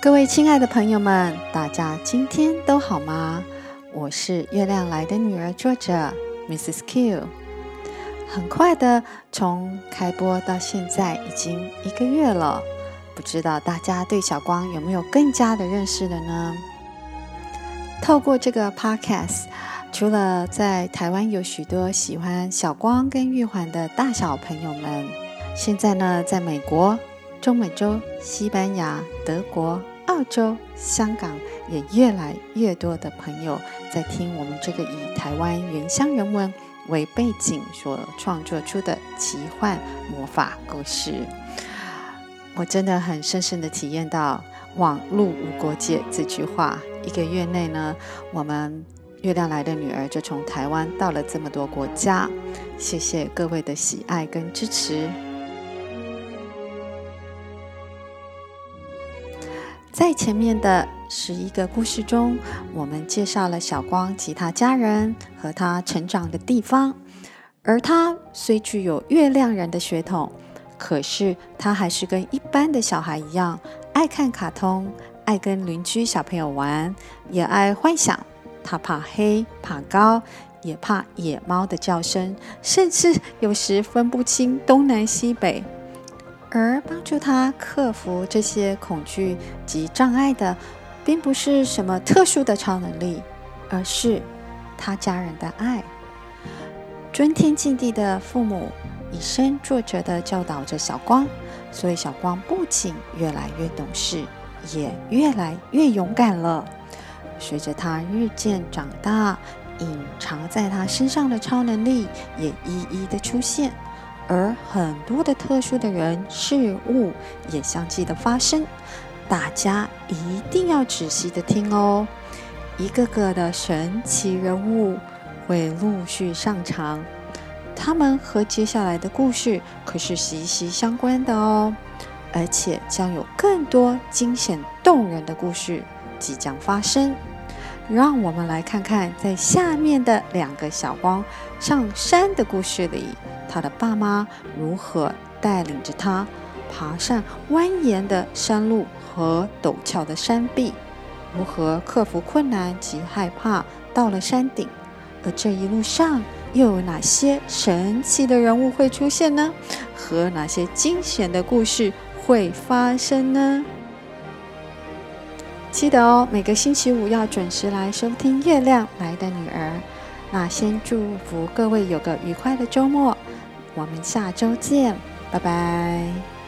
各位亲爱的朋友们，大家今天都好吗？我是月亮来的女儿作者 Mrs. Q。 很快的，从开播到现在已经1个月了，不知道大家对小光有没有更加的认识了呢？透过这个 podcast， 除了在台湾有许多喜欢小光跟玉环的大小朋友们，现在呢，在美国、中美洲、西班牙、德国、澳洲、香港也越来越多的朋友在听我们这个以台湾原乡人文为背景所创作出的奇幻魔法故事。我真的很深深的体验到网路无国界这句话。1个月内呢，我们月亮来的女儿就从台湾到了这么多国家，谢谢各位的喜爱跟支持。在前面的11个故事中，我们介绍了小光及他家人和他成长的地方。而他虽具有月亮人的血统，可是他还是跟一般的小孩一样，爱看卡通，爱跟邻居小朋友玩，也爱幻想。他怕黑，怕高，也怕野猫的叫声，甚至有时分不清东南西北。而帮助他克服这些恐惧及障碍的，并不是什么特殊的超能力，而是他家人的爱。尊天敬地的父母以身作则地教导着小光，所以小光不仅越来越懂事，也越来越勇敢了。随着他日渐长大，隐藏在他身上的超能力也一一的出现。而很多的特殊的人事物也相继的发生，大家一定要仔细的听哦。一个个的神奇人物会陆续上场，他们和接下来的故事可是息息相关的哦。而且将有更多惊险动人的故事即将发生。让我们来看看在下面的2个小光上山的故事里，他的爸妈如何带领着他爬上蜿蜒的山路和陡峭的山壁，如何克服困难及害怕到了山顶。而这一路上又有哪些神奇的人物会出现呢？和哪些惊险的故事会发生呢？记得哦，每个星期5要准时来收听月亮来的女儿。那先祝福各位有个愉快的周末，我们下周见，拜拜。